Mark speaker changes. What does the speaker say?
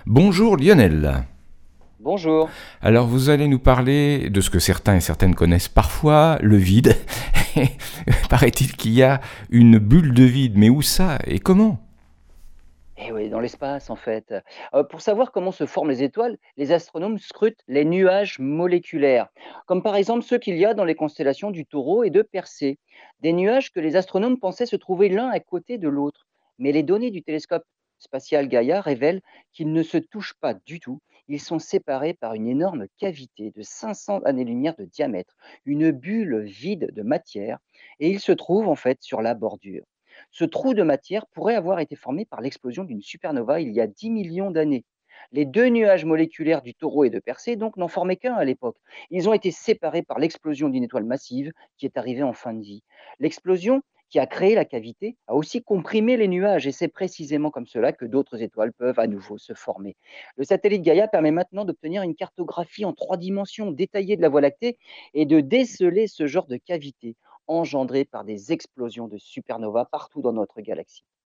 Speaker 1: Bonjour Lionel.
Speaker 2: Bonjour.
Speaker 1: Alors vous allez nous parler de ce que certains et certaines connaissent parfois, le vide. Paraît-il qu'il y a une bulle de vide, mais où ça et comment?
Speaker 2: Eh oui, dans l'espace en fait. Pour savoir comment se forment les étoiles, les astronomes scrutent les nuages moléculaires, comme par exemple ceux qu'il y a dans les constellations du Taureau et de Persée. Des nuages que les astronomes pensaient se trouver l'un à côté de l'autre. Mais les données du télescope spatial Gaïa révèlent qu'ils ne se touchent pas du tout. Ils sont séparés par une énorme cavité de 500 années-lumière de diamètre, une bulle vide de matière, et ils se trouvent en fait sur la bordure. Ce trou de matière pourrait avoir été formé par l'explosion d'une supernova il y a 10 millions d'années. Les deux nuages moléculaires du taureau et de Persée donc n'en formaient qu'un à l'époque. Ils ont été séparés par l'explosion d'une étoile massive qui est arrivée en fin de vie. L'explosion qui a créé la cavité a aussi comprimé les nuages et c'est précisément comme cela que d'autres étoiles peuvent à nouveau se former. Le satellite Gaïa permet maintenant d'obtenir une cartographie en 3 dimensions détaillée de la Voie lactée et de déceler ce genre de cavité engendrées par des explosions de supernovas partout dans notre galaxie.